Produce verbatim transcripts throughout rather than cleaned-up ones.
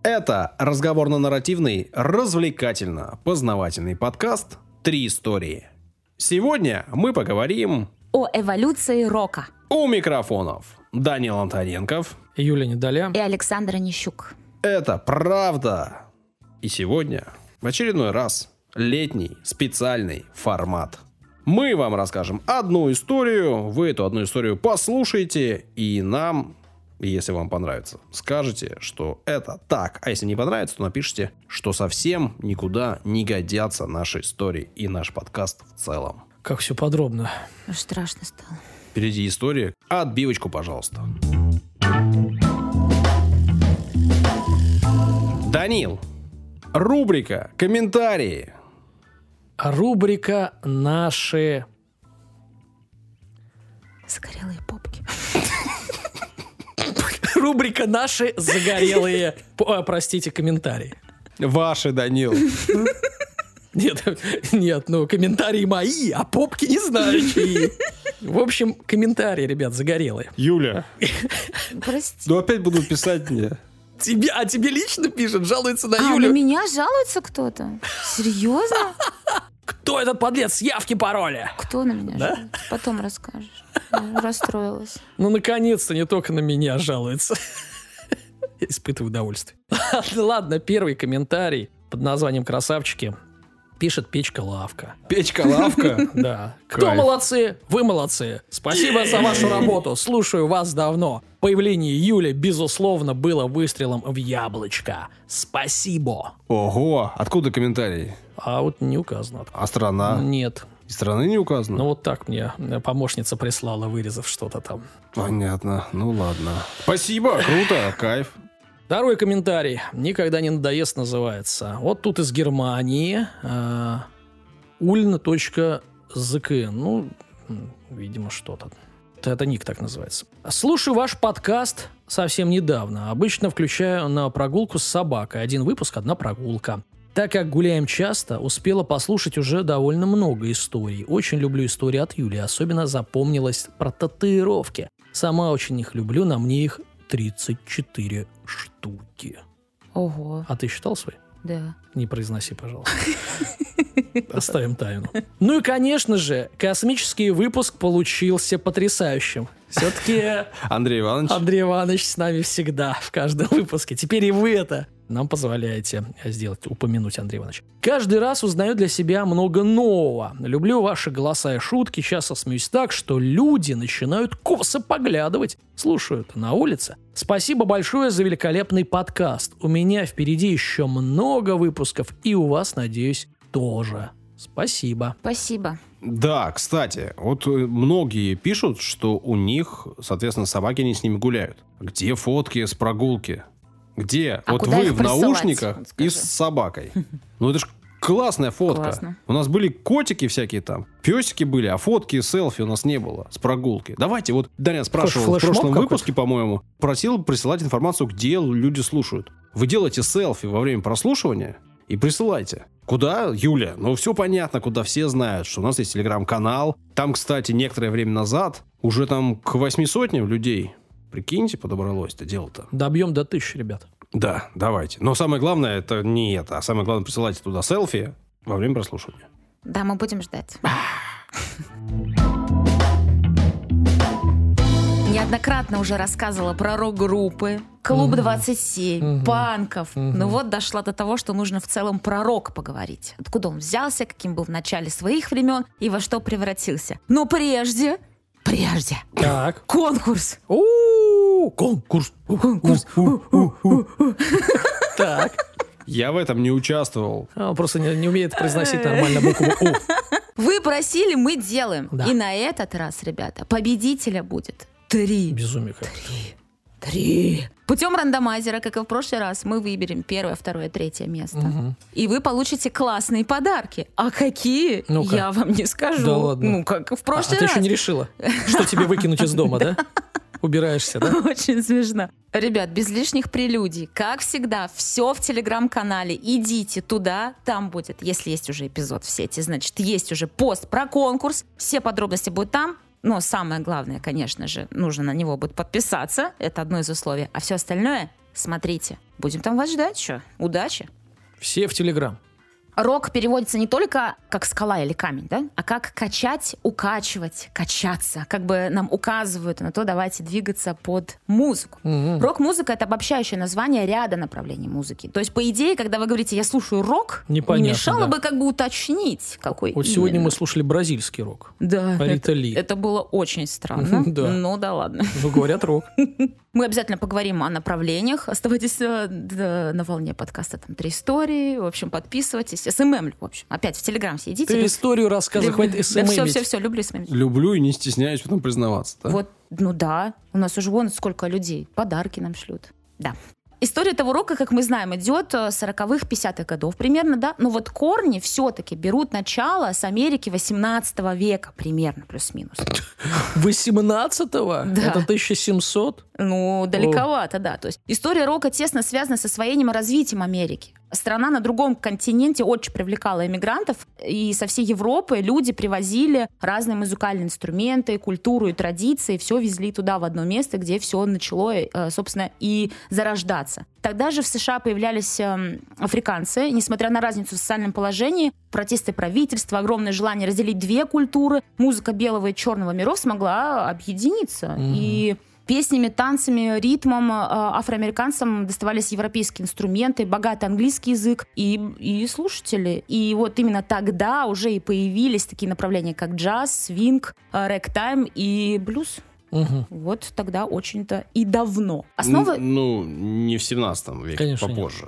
Это разговорно-нарративный, развлекательно-познавательный подкаст «Три истории». Сегодня мы поговорим о эволюции рока. У микрофонов Данил Антоненков, Юлия Недоля и Александр Онищук. Это правда. И сегодня в очередной раз летний специальный формат. Мы вам расскажем одну историю, вы эту одну историю послушаете, и нам, если вам понравится, скажете, что это так. А если не понравится, то напишите, что совсем никуда не годятся наши истории и наш подкаст в целом. Как все подробно. Аж страшно стало. Впереди история. Отбивочку, пожалуйста. Данил, рубрика «Комментарии». Рубрика «Наши...» Загорелые попки. Рубрика «Наши загорелые...» Простите, комментарии. Ваши, Данил. Нет, нет, ну комментарии мои, а попки не знаю чьи. В общем, комментарии, ребят, загорелые. Юля. Прости. Ну опять будут писать мне. Тебе, а тебе лично пишет, жалуется на А, Юлю. на меня жалуется кто-то? Серьезно? Кто этот подлец с явки пароля? Кто на меня Да? жалуется? Потом расскажешь. Я расстроилась. Ну, наконец-то не только на меня жалуется. Я испытываю удовольствие. Ладно, первый комментарий под названием «Красавчики» пишет Печка-лавка. Печка-лавка? Да. Кто Кайф. молодцы? Вы молодцы. Спасибо за вашу работу. Слушаю вас давно. Появление Юли, безусловно, было выстрелом в яблочко. Спасибо. Ого, откуда комментарий? А вот не указано. откуда. А страна? Нет. И страны не указано? Ну вот так мне помощница прислала, вырезав что-то там. Понятно, ну ладно. Спасибо, круто, кайф. Второй комментарий. Никогда не надоест называется. Вот тут из Германии. Э, ульн.зк. Ну, видимо, что-то. Это ник так называется. Слушаю ваш подкаст совсем недавно. Обычно включаю на прогулку с собакой. Один выпуск, одна прогулка. Так как гуляем часто, успела послушать уже довольно много историй. Очень люблю истории от Юли. Особенно запомнилась про татуировки. Сама очень их люблю, на мне их тридцать четыре штуки. Ого. А ты считал свои? Да. Не произноси, пожалуйста. Оставим тайну. Ну и, конечно же, космический выпуск получился потрясающим. Все-таки Андрей Иванович. Андрей Иванович с нами всегда, в каждом выпуске. Теперь и вы это нам позволяете сделать, упомянуть, Андрей Иванович. Каждый раз узнаю для себя много нового. Люблю ваши голоса и шутки. Часто смеюсь так, что люди начинают косо поглядывать. Слушают на улице. Спасибо большое за великолепный подкаст. У меня впереди еще много выпусков, и у вас, надеюсь, тоже. Спасибо. Спасибо. Да, кстати, вот многие пишут, что у них, соответственно, собаки не с ними гуляют. Где фотки с прогулки? Где? А вот куда вы их в присылать, наушниках вот и скажи. с собакой. Ну это ж классная фотка. Классно. У нас были котики всякие там, песики были, а фотки, селфи у нас не было с прогулки. Давайте, вот Даня спрашивал в флешмоб прошлом какой-то? выпуске, по-моему, просил присылать информацию, где люди слушают. Вы делаете селфи во время прослушивания и присылайте. Куда, Юля? Ну, все понятно, куда все знают, что у нас есть телеграм-канал. Там, кстати, некоторое время назад уже там к восьми сотням людей, прикиньте, подобралось это дело-то. Добьем до тысячи, ребят. Да, давайте. Но самое главное, это не это, а самое главное, присылайте туда селфи во время прослушивания. Да, мы будем ждать. Неоднократно уже рассказывала про рок-группы, Клуб двадцать семь, Мгм. панков. Мгм. Ну вот дошла до того, что нужно в целом про рок поговорить. Откуда он взялся, каким был в начале своих времен и во что превратился. Но прежде, прежде, Так. конкурс. У-у-у, конкурс. Конкурс. Так. Я в этом не участвовал. А, Он просто не, не умеет произносить нормально букву У. Вы просили, мы делаем. Да. И на этот раз, ребята, победителя будет три. Безумие какое-то. Три. Путем рандомайзера, как и в прошлый раз, мы выберем первое, второе, третье место. Мгм. И вы получите классные подарки. А какие, Ну-ка. я вам не скажу. Да ладно. Ну, как в А, прошлый а ты раз. еще не решила, что тебе выкинуть из дома, да? Убираешься, да? Очень смешно. Ребят, без лишних прелюдий. Как всегда, все в телеграм-канале. Идите туда, там будет, если есть уже эпизод в сети, значит, есть уже пост про конкурс. Все подробности будут там. Но самое главное, конечно же, нужно на него будет подписаться. Это одно из условий. А все остальное смотрите. Будем там вас ждать еще. Удачи. Все в Телеграм. Рок переводится не только как скала или камень, да, а как качать, укачивать, качаться. Как бы нам указывают на то, давайте двигаться под музыку. Угу. Рок-музыка — это обобщающее название ряда направлений музыки. То есть, по идее, когда вы говорите «я слушаю рок», непонятно, не мешало да. бы как бы уточнить, какой Вот именно. сегодня мы слушали бразильский рок. Да, Рита это, Ли. это было очень странно. Да. Ну да ладно. Ну, говорят, рок. Мы обязательно поговорим о направлениях. Оставайтесь э, д- на волне подкаста «Там три истории». В общем, подписывайтесь. эс эм эм, в общем. Опять в Телеграм все идите. Ты историю рассказывай, Люблю. хватит эс эм эм. Да, все, все, все, люблю эс эм эм. Люблю и не стесняюсь потом признаваться. Да? Вот, ну да. У нас уже вон сколько людей. Подарки нам шлют. Да. История этого рока, как мы знаем, идет с сороковых, пятидесятых годов примерно, да? Но вот корни все-таки берут начало с Америки восемнадцатого века примерно, плюс-минус. восемнадцатого? Да. Это тысяча семьсот? Ну, далековато, да. То есть история рока тесно связана с освоением и развитием Америки. Страна на другом континенте очень привлекала иммигрантов, и со всей Европы люди привозили разные музыкальные инструменты, культуру и традиции, все везли туда, в одно место, где все начало, э, собственно, и зарождаться. Тогда же в США появлялись э, африканцы, несмотря на разницу в социальном положении, протесты правительства, огромное желание разделить две культуры, музыка белого и черного миров смогла объединиться. Mm-hmm. И песнями, танцами, ритмом э, афроамериканцам доставались европейские инструменты, богатый английский язык и, и слушатели. И вот именно тогда уже и появились такие направления, как джаз, свинг, э, рэктайм и блюз. Угу. Вот тогда очень-то и давно. Основы... Н- Ну, не в семнадцатом веке, Конечно, попозже.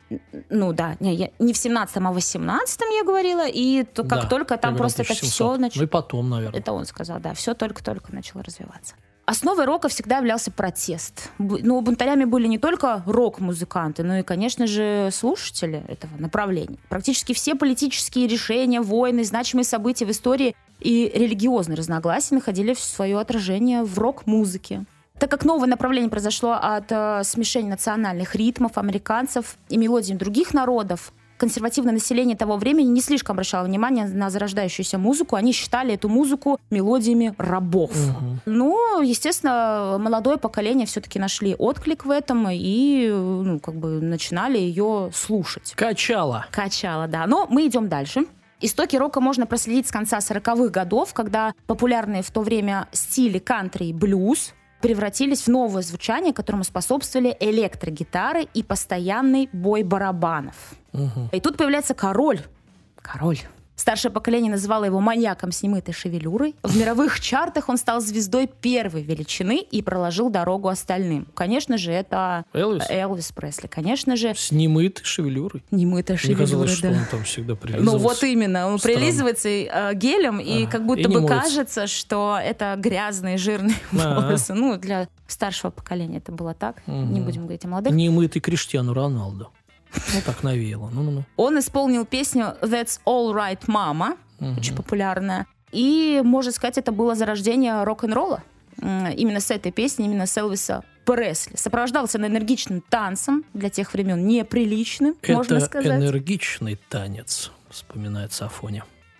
Ну да, не, я, не в семнадцатом, а в восемнадцатом я говорила, и то, как Да, только там примерно просто это тысяча все семьсот. начало... Ну и потом, наверное. Это он сказал, да, все только-только начало развиваться. Основой рока всегда являлся протест. Бу- Ну, бунтарями были не только рок-музыканты, но и, конечно же, слушатели этого направления. Практически все политические решения, войны, значимые события в истории и религиозные разногласия находили свое отражение в рок-музыке. Так как новое направление произошло от э, смешения национальных ритмов американцев и мелодий других народов, консервативное население того времени не слишком обращало внимание на зарождающуюся музыку. Они считали эту музыку мелодиями рабов. Угу. Ну, естественно, молодое поколение все-таки нашли отклик в этом и, ну, как бы начинали ее слушать. Качала. Качало, да. Но мы идем дальше. Истоки рока можно проследить с конца сороковых годов, когда популярные в то время стили кантри и блюз превратились в новое звучание, которому способствовали электрогитары и постоянный бой барабанов. Угу. И тут появляется король. Король. Старшее поколение называло его маньяком с немытой шевелюрой. В мировых чартах он стал звездой первой величины и проложил дорогу остальным. Конечно же, это Элвис? Элвис Пресли. Конечно же, С немытой шевелюрой. немытая Мне шевелюра, казалось, что да. он там всегда прилизывался. Ну вот именно, он Странно. прилизывается э, гелем, и А, как и будто не бы моется. кажется, что это грязные, жирные А. волосы. Ну, для старшего поколения это было так. Мгм. Не будем говорить о молодых. Немытый Криштиану Роналду. Ну, так навеяло. Ну-ну-ну. Он исполнил песню «That's All Right, Mama», Мгм. очень популярная. И, можно сказать, это было зарождение рок-н-ролла. М, Именно с этой песни, именно с Элвиса Пресли. Сопровождался он энергичным танцем, для тех времен неприличным, можно Это сказать. энергичный танец, вспоминает Сафоня.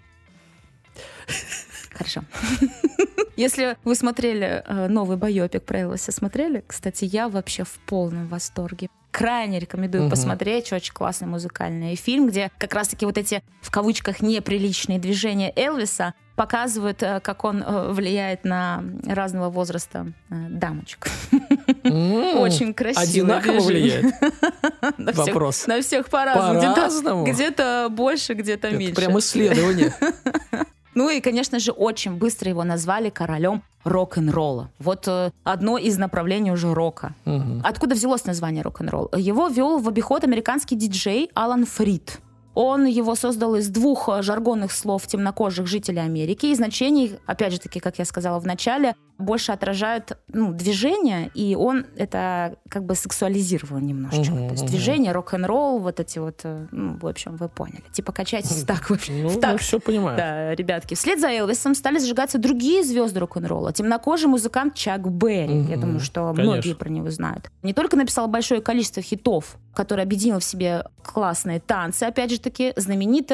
Хорошо. Если вы смотрели э, новый байопик про Элвиса, смотрели? Кстати, я вообще в полном восторге. Крайне рекомендую Мгм. посмотреть. Очень классный музыкальный фильм, где как раз-таки вот эти, в кавычках, неприличные движения Элвиса показывают, э, как он э, влияет на разного возраста э, дамочек. М, Очень красиво. Одинаково влияет? На всех- Вопрос. На всех по-разному. Где-то- По-разному? Где-то больше, где-то Это меньше. прям исследование. Ну и, конечно же, очень быстро его назвали королем рок-н-ролла. Вот э, одно из направлений уже рока. Мгм. Откуда взялось название рок-н-ролл? Его вел в обиход американский диджей Алан Фрид. Он его создал из двух э, жаргонных слов темнокожих жителей Америки. И значения, их, опять же таки, как я сказала в начале, больше отражают ну, движение, и он это как бы сексуализировал немножечко. Мгм, То есть мгм. движение, рок-н-ролл, вот эти вот, э, ну, в общем, вы поняли. Типа качайтесь так вообще. Ну, Так. я все понимаю. Да, ребятки. Вслед за Элвисом стали зажигаться другие звезды рок-н-ролла. Темнокожий музыкант Чак Берри. Мгм, Я думаю, что конечно. многие про него знают. Не только написал большое количество хитов, который объединил в себе классные танцы, опять же таки, знаменитая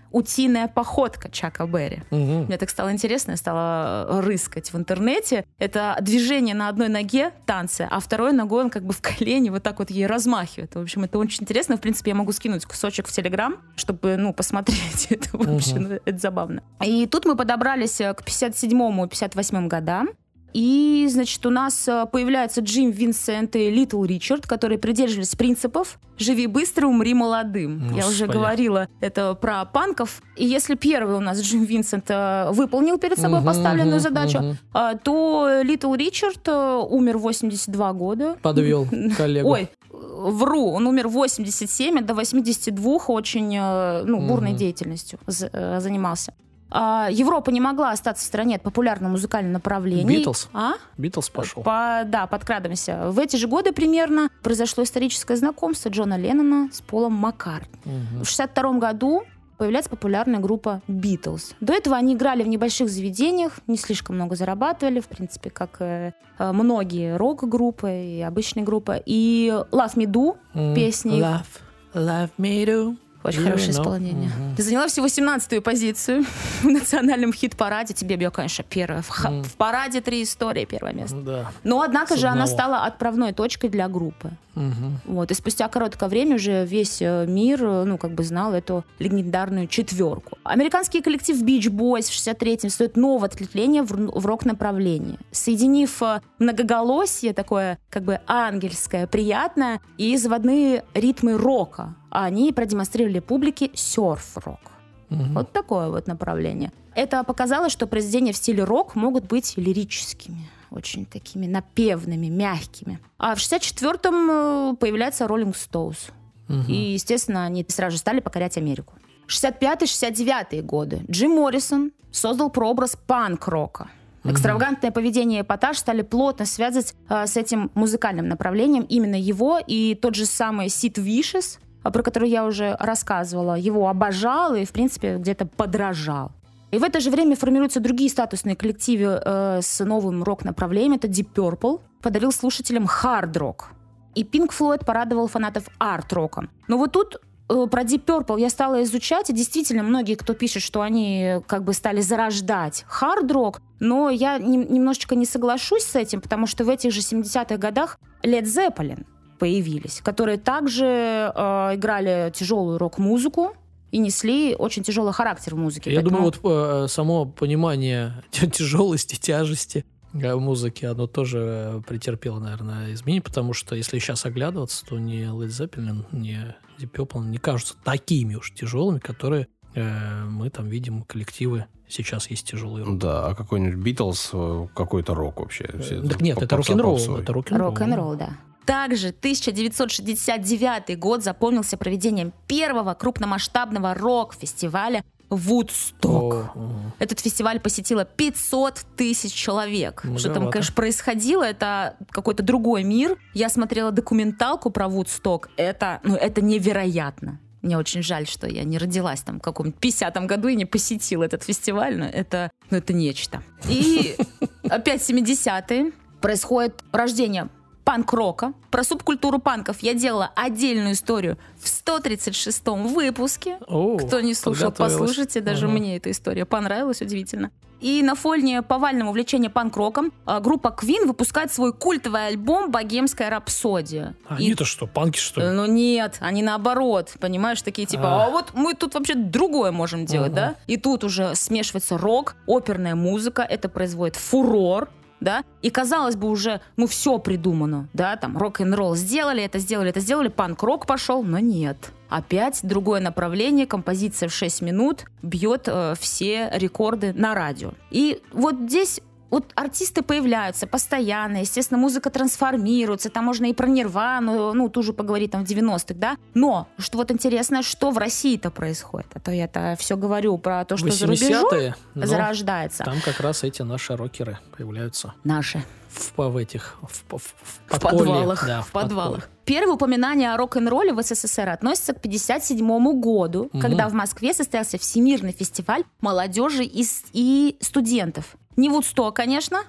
«Утиная походка» Чака Берри. Мгм. Мне так стало интересно, я стала рыскать в интернете. Это движение на одной ноге, танцы, а второй ногой он как бы в колени вот так вот ей размахивает. В общем, это очень интересно. В принципе, я могу скинуть кусочек в Телеграм, чтобы, ну, посмотреть это. В общем, Мгм. это забавно. И тут мы подобрались к пятьдесят седьмому — пятьдесят восьмому годам. И, значит, у нас э, появляются Джим Винсент и Литл Ричард, которые придерживались принципов «живи быстро, умри молодым». Я уже Господи. говорила это про панков. И если первый у нас Джим Винсент э, выполнил перед собой Мгм, поставленную мгм, задачу, мгм. а, то Литл Ричард э, умер в восемьдесят два года. Подвел коллегу. Ой, вру, он умер в восемьдесят семь, а до восьмидесяти двух очень э, ну, бурной Мгм. деятельностью з- э, занимался. А, Европа не могла остаться в стороне от популярного музыкального направления. Битлз? А? Битлз пошел. По, да, подкрадываемся. В эти же годы примерно произошло историческое знакомство Джона Леннона с Полом Маккартни. Мгм. В шестьдесят втором году появляется популярная группа Битлз. До этого они играли в небольших заведениях, не слишком много зарабатывали, в принципе, как э, э, многие рок-группы и обычные группы. И Love Me Do, М. песни их. Love, love me do. Очень You хорошее know. исполнение. Мгм. Ты заняла всего семнадцатую позицию в национальном хит-параде. Тебе бьет, конечно, первая. В, ха- Мгм. в параде «Три истории» первое место. Да. Но, однако С же, она одного. стала отправной точкой для группы. Мгм. Вот. И спустя короткое время уже весь э, мир, э, ну, как бы знал эту легендарную четверку. Американский коллектив Beach Boys в шестьдесят третьем стоит новое ответвление в, р- в рок-направлении. Соединив э, многоголосие такое, как бы ангельское, приятное, и заводные ритмы рока, они продемонстрировали публике серф-рок. Мгм. Вот такое вот направление. Это показало, что произведения в стиле рок могут быть лирическими, очень такими напевными, мягкими. А в шестьдесят четвёртом э, появляется Rolling Stones. Мгм. И, естественно, они сразу же стали покорять Америку. шестьдесят пятый — шестьдесят девятый годы. Джим Моррисон создал прообраз панк-рока. Экстравагантное поведение и эпатаж стали плотно связывать э, с этим музыкальным направлением. Именно его и тот же самый Сид Вишес, а, про который я уже рассказывала, его обожал и, в принципе, где-то подражал. И в это же время формируются другие статусные коллективы э, с новым рок-направлением. Это Deep Purple подарил слушателям хард-рок. И Pink Floyd порадовал фанатов арт-роком. Но вот тут э, про Deep Purple я стала изучать, и действительно многие, кто пишет, что они э, как бы стали зарождать хард-рок, но я нем- немножечко не соглашусь с этим, потому что в этих же семидесятых годах Led Zeppelin появились, которые также э, играли тяжелую рок-музыку и несли очень тяжелый характер в музыке. Я Поэтому- думаю, вот э, само понимание тяжелости, тяжести э, музыки, оно тоже э, претерпело, наверное, изменения, потому что если сейчас оглядываться, то ни Led Zeppelin, ни Deep Purple не кажутся такими уж тяжелыми, которые э, мы там видим коллективы. Сейчас есть тяжелый рок. Да, а какой-нибудь Битлз, э, какой-то рок вообще. Все Так нет, поп- это попса рок-н-ролл. попсовый. Это рок-н-ролл. Рок-н-ролл, да. Также тысяча девятьсот шестьдесят девятый год запомнился проведением первого крупномасштабного рок-фестиваля «Вудсток». О, мгм. Этот фестиваль посетило пятьсот тысяч человек. Что там, Многовато. конечно, происходило, это какой-то другой мир. Я смотрела документалку про Вудсток. Это, ну, это невероятно. Мне очень жаль, что я не родилась там в каком-нибудь пятидесятом году и не посетила этот фестиваль, но это, ну, это нечто. И опять семидесятые. Происходит рождение панк-рока. Про субкультуру панков я делала отдельную историю в сто тридцать шестом выпуске. О, Кто не слушал, подготовилась. послушайте. Даже Ага. мне эта история понравилась, удивительно. И на фоне повального увлечения панк-роком а, группа Queen выпускает свой культовый альбом «Богемская рапсодия». А И- они-то что, панки, что ли? Ну нет, они наоборот, понимаешь, такие типа, А. а, вот мы тут вообще другое можем делать, Ага. да? И тут уже смешивается рок, оперная музыка, это производит фурор, да? И казалось бы уже, ну все придумано, да? Там рок-н-ролл сделали, это сделали, это сделали, панк-рок пошел, но нет. Опять другое направление, композиция в шесть минут бьет э, все рекорды на радио. И вот здесь вот артисты появляются постоянно, естественно, музыка трансформируется, там можно и про Нирвану, ну, ту же поговорить там в девяностых, да? Но, что вот интересно, что в России-то происходит? А то я-то все говорю про то, что за рубежом восьмидесятые, но зарождается. там как раз эти наши рокеры появляются. Наши. в, в этих в, в, в, В подполье. подвалах. Да, в подвалах. Первые упоминания о рок-н-ролле в СССР относятся к пятьдесят седьмому году, Мгм. когда в Москве состоялся Всемирный фестиваль молодежи и, с- и студентов. Не Вудсток, конечно,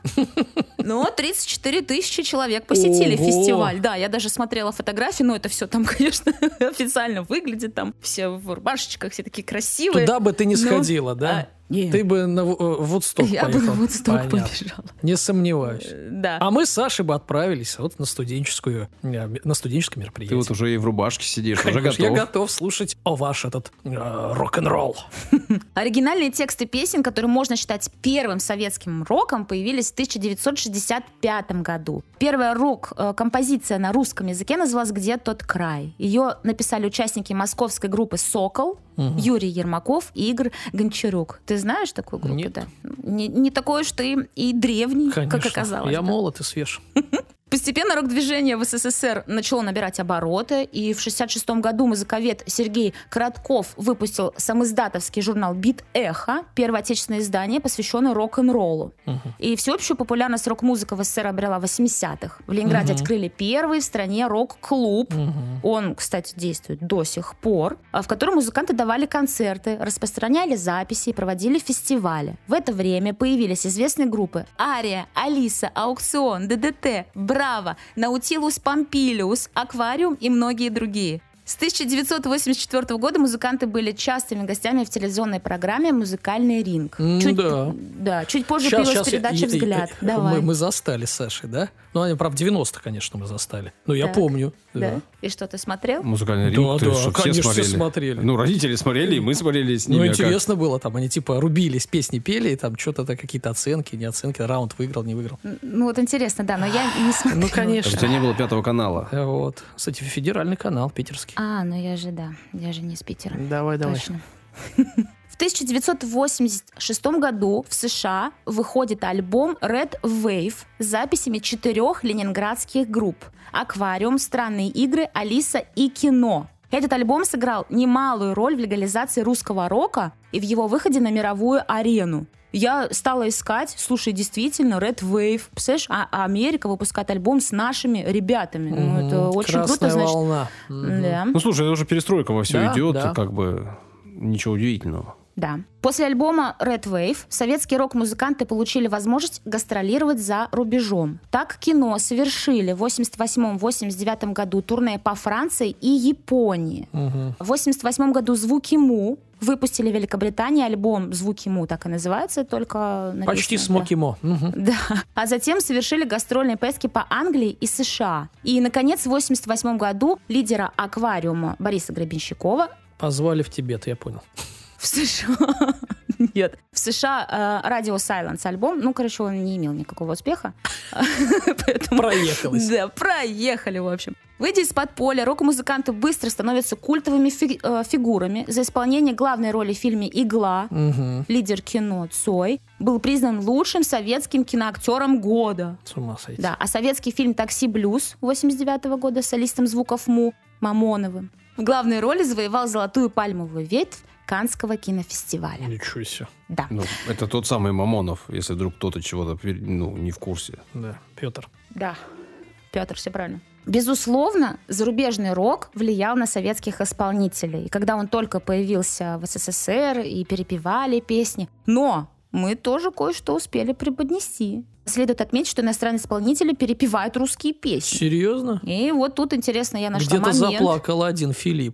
но тридцать четыре тысячи человек посетили Ого! фестиваль. Да, я даже смотрела фотографии, но это все там, конечно, официально выглядит. Там все в рубашечках, все такие красивые. Туда бы ты не Ну, сходила, да? а, нет. Ты бы на Ву- э, Вудсток Я бы поехала. на Вудсток Понятно. побежала. Не сомневаюсь. Да. А мы с Сашей бы отправились вот на студенческую, э, на студенческое Ты мероприятие. вот уже и в рубашке сидишь, уже Конечно, я готов. готов слушать о, ваш этот э, рок-н-ролл. Оригинальные тексты песен, которые можно считать первым советским роком, появились в тысяча девятьсот шестьдесят пятом году. Первая рок-композиция на русском языке называлась «Где тот край?». Ее написали участники московской группы «Сокол», Мгм. Юрий Ермаков и Игорь Гончарук. Ты знаешь такую группу? Нет. Да? Не, не такой уж ты и древний, Конечно. как оказалось. Я да. молод и свеж. Постепенно рок-движение в СССР начало набирать обороты, и в шестьдесят шестом году музыковед Сергей Коротков выпустил самиздатовский журнал «Бит Эхо», первое отечественное издание, посвященное рок-н-роллу. Мгм. И всеобщую популярность рок-музыка в СССР обрела в восьмидесятых. В Ленинграде Мгм. открыли первый в стране рок-клуб. Мгм. Он, кстати, действует до сих пор, а в котором музыканты давали концерты, распространяли записи и проводили фестивали. В это время появились известные группы «Ария», «Алиса», «Аукцион», «ДДТ», «Браво», «Наутилус Помпилиус», «Аквариум» и многие другие. С тысяча девятьсот восемьдесят четвёртого года музыканты были частыми гостями в телевизионной программе «Музыкальный ринг». М, Чуть, да. да, чуть позже Щас- появилась щас я- передача я- я- «Взгляд». я- Давай. Мы, мы застали с Сашей, да? Ну, они, правда, в девяностых, конечно, мы застали. Ну, я Так. помню. Да. Да. И что, ты смотрел? Музыкальный Да, ринг, ты да, что, все конечно, все смотрели? смотрели. Ну, родители смотрели, и мы смотрели с ними. Ну, а как? интересно было, там они типа рубились, песни пели, и там что-то какие-то оценки, не оценки, раунд выиграл, не выиграл. Н- Ну вот интересно, да, но я не смотрела. Ну, А у конечно. тебя не было пятого канала. Вот. Кстати, федеральный канал питерский. А, ну я же, да, я же не из Питера. Давай, давай. Точно. В тысяча девятьсот восемьдесят шестом году в США выходит альбом Red Wave с записями четырех ленинградских групп: «Аквариум», «Странные игры», «Алиса» и «Кино». Этот альбом сыграл немалую роль в легализации русского рока и в его выходе на мировую арену. Я стала искать, слушай, действительно, Red Wave. Представляешь, а а Америка выпускает альбом с нашими ребятами. Ну, это Мгм. очень Красная круто, значит. волна. Мгм. Да. Ну, слушай, это уже перестройка во все Да, идет, да. как бы ничего удивительного. Да. После альбома Red Wave советские рок-музыканты получили возможность гастролировать за рубежом. Так «Кино» совершили в восемьдесят восьмом — восемьдесят девятом году турне по Франции и Японии. Мгм. В восемьдесят восьмом году «Звуки Му» выпустили в Великобритании альбом «Звуки Му», так и называется, только написано, Почти да. Смоки Мо. Мгм. Да. А затем совершили гастрольные поездки по Англии и США. И, наконец, в восемьдесят восьмом году лидера «Аквариума» Бориса Гребенщикова Позвали в Тибет, я понял. в США... Нет. В США э, Radio Silence альбом, ну, короче, он не имел никакого успеха. Поэтому- Проехалась. Да, проехали, в общем. Выйдя из подполья, рок-музыканты быстро становятся культовыми фи- э, фигурами. За исполнение главной роли в фильме «Игла» Мгм. лидер кино Цой был признан лучшим советским киноактером года. С ума сойти. Да, а советский фильм «Такси Блюз» восемьдесят девятого года с солистом звуков Му Мамоновым в главной роли завоевал золотую пальмовую ветвь Каннского кинофестиваля. Ничего себе. Да. Ну, это тот самый Мамонов, если вдруг кто-то чего-то пер- ну, не в курсе. Да, Петр. Да, Петр, все правильно. Безусловно, зарубежный рок влиял на советских исполнителей. И когда он только появился в СССР, и перепевали песни. Но мы тоже кое-что успели преподнести. Следует отметить, что иностранные исполнители перепевают русские песни. Серьезно? И вот тут интересно, я нашла Где-то момент. заплакал один Филипп.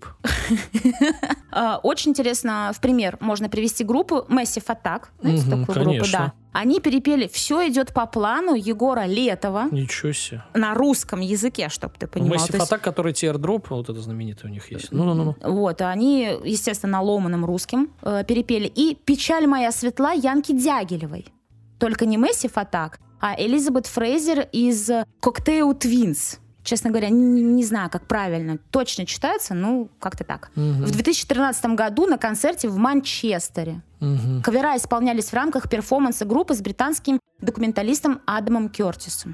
А, Очень интересно, в пример можно привести группу Massive Attack. Знаете Мгм, такую группу? конечно. Да. Они перепели «Все идет по плану» Егора Летова Ничего себе. на русском языке, чтобы ты понимал. Массив То есть- Атак, который Теардроп, вот это знаменитый у них есть. Ну-ну-ну. Вот, они, естественно, на ломаном русским э, перепели. И «Печаль моя светла» Янки Дягилевой. Только не Massive Attack, а Элизабет Фрейзер из Cocktail Twins. Честно говоря, не, не знаю, как правильно точно читается, ну, как-то так. Мгм. В две тысячи тринадцатом году на концерте в Манчестере Мгм. кавера исполнялись в рамках перформанса группы с британским документалистом Адамом Кертисом.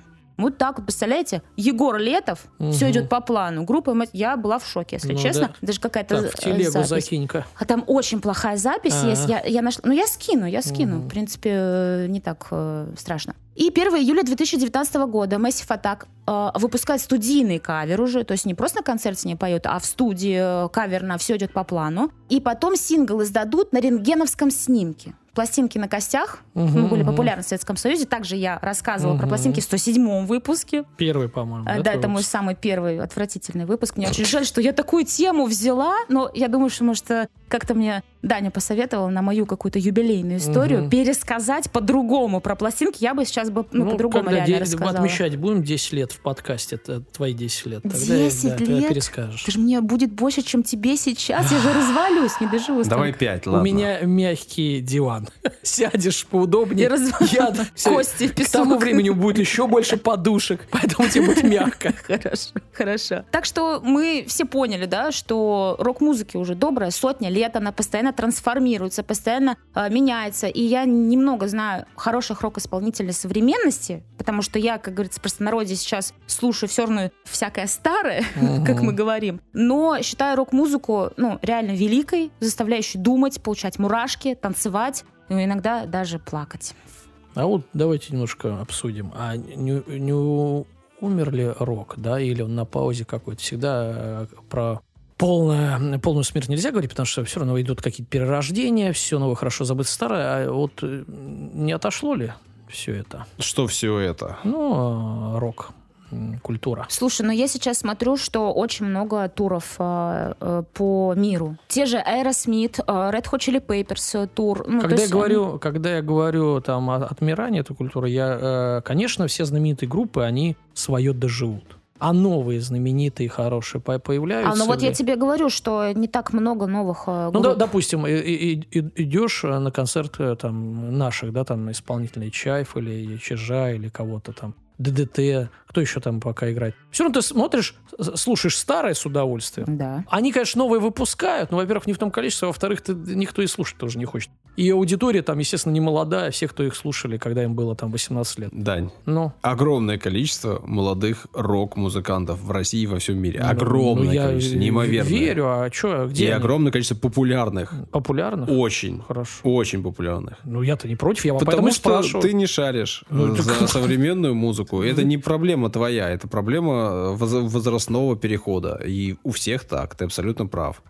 Вот так вот, представляете? Егор Летов, Мгм. все идет по плану. Группа, «Мать», я была в шоке, если Ну честно. да. Даже какая-то Так, в э, телегу запись. закинь-ка. А там очень плохая запись А. есть. Я, я нашла. Ну, я скину, я скину. Мгм. В принципе, э, не так э, страшно. И первого июля две тысячи девятнадцатого года Massive Attack э, выпускает студийный кавер уже. То есть не просто на концерте с ней поют, а в студии э, кавер на «Все идет по плану». И потом сингл издадут на рентгеновском снимке. Пластинки на костях Мгм, ну, были мгм. популярны в Советском Союзе. Также я рассказывала про Мгм. пластинки в сто седьмом выпуске. Первый, по-моему. А, да, Да, твой это мой выпуск? самый первый отвратительный выпуск. Мне очень жаль, что я такую тему взяла, но я думаю, что, может, э, как-то мне Даня посоветовала на мою какую-то юбилейную историю Мгм. пересказать по-другому про пластинки. Я бы сейчас бы ну, по-другому когда реально де- рассказала. отмечать будем десять лет в подкасте, это твои десять лет. Тогда я- десять да, тогда лет? перескажешь. Это же мне будет больше, чем тебе сейчас. Я же развалюсь, не доживу. Давай столько. пять, У ладно. меня мягкий диван. Сядешь поудобнее. Я развалю Я- кости в К тому песок. времени будет еще больше подушек, поэтому тебе будет мягко. Хорошо, хорошо. Так что мы все поняли, да, что рок-музыки уже добрая сотня лет, она постоянно трансформируется, постоянно э, меняется. И я немного знаю хороших рок-исполнителей современности, потому что я, как говорится, в простонародье сейчас слушаю все равно всякое старое, как мы говорим. Но считаю рок-музыку, ну, реально великой, заставляющей думать, получать мурашки, танцевать, ну, иногда даже плакать. А вот давайте немножко обсудим. А не, не умер ли рок, да, или он на паузе какой-то? Всегда э, про полное, полную смерть нельзя говорить, потому что все равно идут какие-то перерождения, все новое хорошо забыто старое. А вот э, не отошло ли все это? Что все это? Ну, э, рок, м, культура. Слушай, ну я сейчас смотрю, что очень много туров э, э, по миру. Те же Aerosmith, э, Red Hot Chili Peppers э, тур. Ну, то Когда я, есть говорю, когда я говорю там о отмирании этой культуры, я, э, конечно, все знаменитые группы, они свое доживут. А новые знаменитые, хорошие по- появляются. А, ну вот ли? я тебе говорю, что не так много новых э, Ну, групп. да, допустим, и- и- и- идешь на концерт э, там, наших, да, там, исполнителей Чайф или Чижа или кого-то там, ДДТ, кто еще там пока играет. Все равно ты смотришь, с- слушаешь старое с удовольствием. Да. Они, конечно, новые выпускают, но, во-первых, не в том количестве, а во-вторых, ты, никто и слушать тоже не хочет. И аудитория там, естественно, не молодая, все, кто их слушали, когда им было там восемнадцать лет. Дань, Ну, огромное количество молодых рок-музыкантов в России и во всем мире. ну, Огромное ну, я количество, неимоверное. верю, а что, где И они? огромное количество популярных. Популярных? Очень. Хорошо. Очень популярных. Ну, я-то не против, я вам Потому поэтому и что спрашиваю. ты не шаришь Ну, э, так- за современную музыку. Это не проблема твоя, это проблема воз- возрастного перехода. И у всех так, ты абсолютно прав.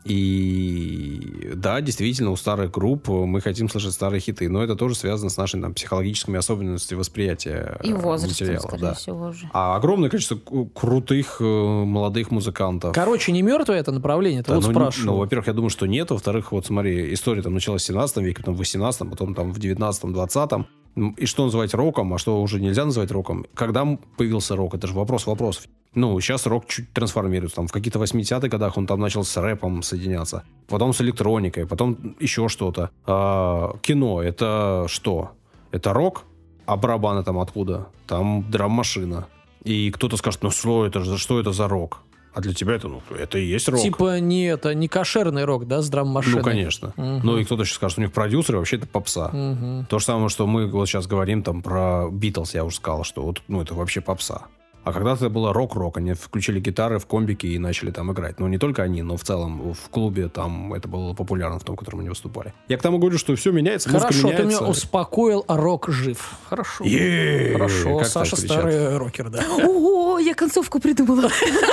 И да, действительно, у старых групп мы хотим слышать старые хиты, но это тоже связано с нашими там, психологическими особенностями восприятия И э, возрастом, материала. скорее Да. всего, уже. А огромное количество к- крутых э, молодых музыкантов. Короче, не мертвое это направление, это Да, вот ну, не- спрашиваю. ну, во-первых, я думаю, что нет. Во-вторых, вот смотри, история там началась в семнадцатом веке, потом в восемнадцатом, потом там в девятнадцатом, двадцатом. М, И что называть роком, а что уже нельзя называть роком? Когда м- появился рок? Это же вопрос вопросов. Ну, сейчас рок чуть трансформируется. Там в какие-то восьмидесятых годах он там начал с рэпом соединяться. Потом с электроникой, потом еще что-то. А, кино — это что? Это рок? А барабаны там откуда? Там драм-машина. И кто-то скажет, ну что это, же- что это за рок? А для тебя это, ну, это и есть рок. Типа не это, не кошерный рок, да, с драм-машиной? Ну, конечно. Мгм. Ну, и кто-то еще скажет, у них продюсеры вообще это попса. Мгм. То же самое, что мы вот сейчас говорим там про Битлз, я уже сказал, что вот, ну, это вообще попса. А когда-то это было рок-рок, они включили гитары в комбики и начали там играть. Ну, не только они, но в целом в клубе там это было популярно, в том, в котором они выступали. Я к тому говорю, что все меняется, музыка Хорошо, ты меняется. меня успокоил, а рок жив. Хорошо. Е-е-е, Хорошо, как Саша так кричат? старый рокер, да. Ого, я концовку придумала.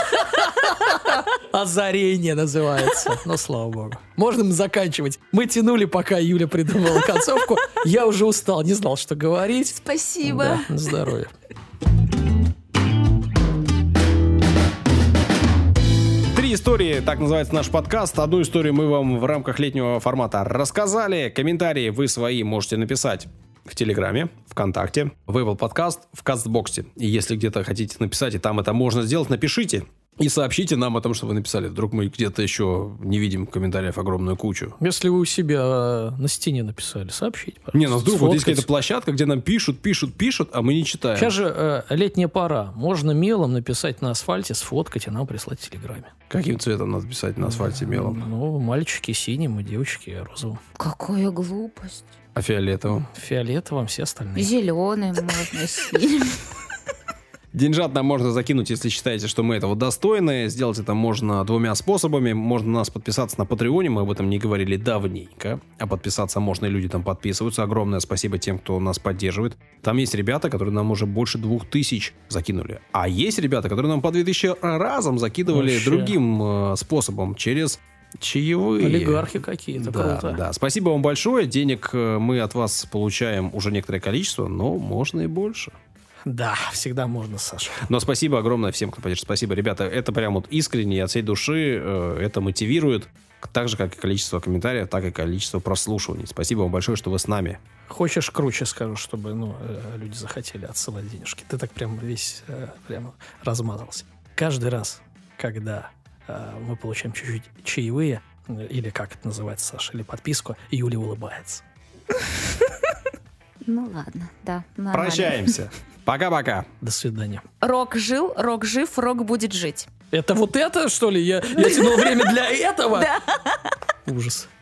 Озарение называется. Ну, слава богу. Можно им заканчивать. Мы тянули, пока Юля придумала концовку. Я уже устал, не знал, что говорить. Спасибо. Да, на здоровье. Три истории, так называется наш подкаст. Одну историю мы вам в рамках летнего формата рассказали. Комментарии вы свои можете написать в Телеграме, ВКонтакте, в Apple Podcast, в Кастбоксе. И если где-то хотите написать, и там это можно сделать, напишите. И сообщите нам о том, что вы написали. Вдруг мы где-то еще не видим комментариев огромную кучу. Если вы у себя э, на стене написали, сообщите, пожалуйста. Не, ну вдруг вот есть Сфоткайте. какая-то площадка, где нам пишут, пишут, пишут, а мы не читаем. Сейчас же э, летняя пора. Можно мелом написать на асфальте, сфоткать и нам прислать в Телеграме. Каким цветом надо писать на асфальте мелом? Ну, мальчики синим, и девочки розовым. Какая глупость. А фиолетовым? Фиолетовым, все остальные. Зеленый можно, синий. Деньжат нам можно закинуть, если считаете, что мы этого достойны. Сделать это можно двумя способами. Можно на нас подписаться на Патреоне, мы об этом не говорили давненько. А подписаться можно, и люди там подписываются. Огромное спасибо тем, кто нас поддерживает. Там есть ребята, которые нам уже больше двух тысяч закинули. А есть ребята, которые нам по две тысячи разом закидывали Вообще. другим э, способом, через чаевые. Олигархи какие-то, Да, круто. да. Спасибо вам большое. Денег э, мы от вас получаем уже некоторое количество, но можно и больше. Да, всегда можно, Саша. Но спасибо огромное всем, кто поддержит. Спасибо, ребята. Это прям вот искренне, от всей души. э, Это мотивирует. Так же, как и количество комментариев, так и количество прослушиваний. Спасибо вам большое, что вы с нами. Хочешь, круче скажу, чтобы ну, э, люди захотели отсылать денежки. Ты так прям весь э, прямо размазался. Каждый раз, когда э, мы получаем чуть-чуть чаевые, э, или как это называется, Саша, или подписку, Юля улыбается. Ну ладно, да. нормально. Прощаемся. Пока-пока. До свидания. Рок жил, рок жив, рок будет жить. Это вот это, что ли? Я, я тянул время для этого? Да. Ужас.